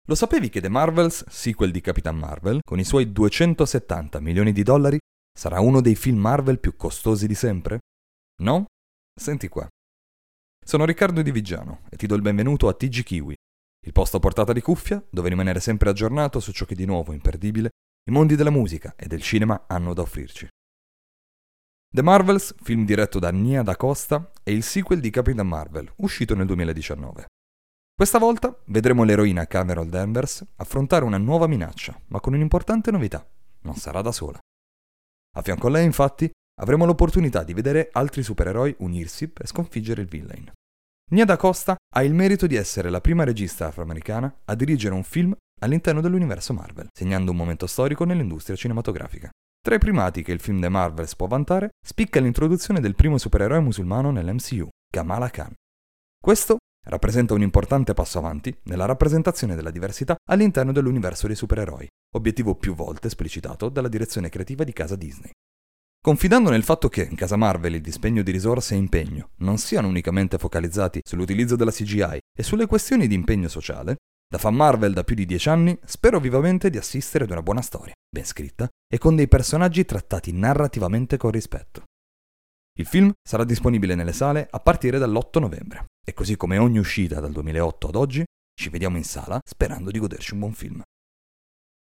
Lo sapevi che The Marvels, sequel di Capitan Marvel, con i suoi 270 milioni di dollari, sarà uno dei film Marvel più costosi di sempre? No? Senti qua. Sono Riccardo Di Vigiano e ti do il benvenuto a TG Kiwi, il posto a portata di cuffia dove rimanere sempre aggiornato su ciò che di nuovo, imperdibile, i mondi della musica e del cinema hanno da offrirci. The Marvels, film diretto da Nia Da Costa, è il sequel di Capitan Marvel, uscito nel 2019. Questa volta vedremo l'eroina Carol Danvers affrontare una nuova minaccia, ma con un'importante novità: non sarà da sola. A fianco a lei, infatti, avremo l'opportunità di vedere altri supereroi unirsi per sconfiggere il villain. Nia Da Costa ha il merito di essere la prima regista afroamericana a dirigere un film all'interno dell'universo Marvel, segnando un momento storico nell'industria cinematografica. Tra i primati che il film The Marvels può vantare, spicca l'introduzione del primo supereroe musulmano nell'MCU, Kamala Khan. Questo rappresenta un importante passo avanti nella rappresentazione della diversità all'interno dell'universo dei supereroi, obiettivo più volte esplicitato dalla direzione creativa di casa Disney. Confidando nel fatto che in casa Marvel il dispegno di risorse e impegno non siano unicamente focalizzati sull'utilizzo della CGI e sulle questioni di impegno sociale, da fan Marvel da più di 10 anni spero vivamente di assistere ad una buona storia, ben scritta e con dei personaggi trattati narrativamente con rispetto. Il film sarà disponibile nelle sale a partire dall'8 novembre e così come ogni uscita dal 2008 ad oggi ci vediamo in sala sperando di goderci un buon film.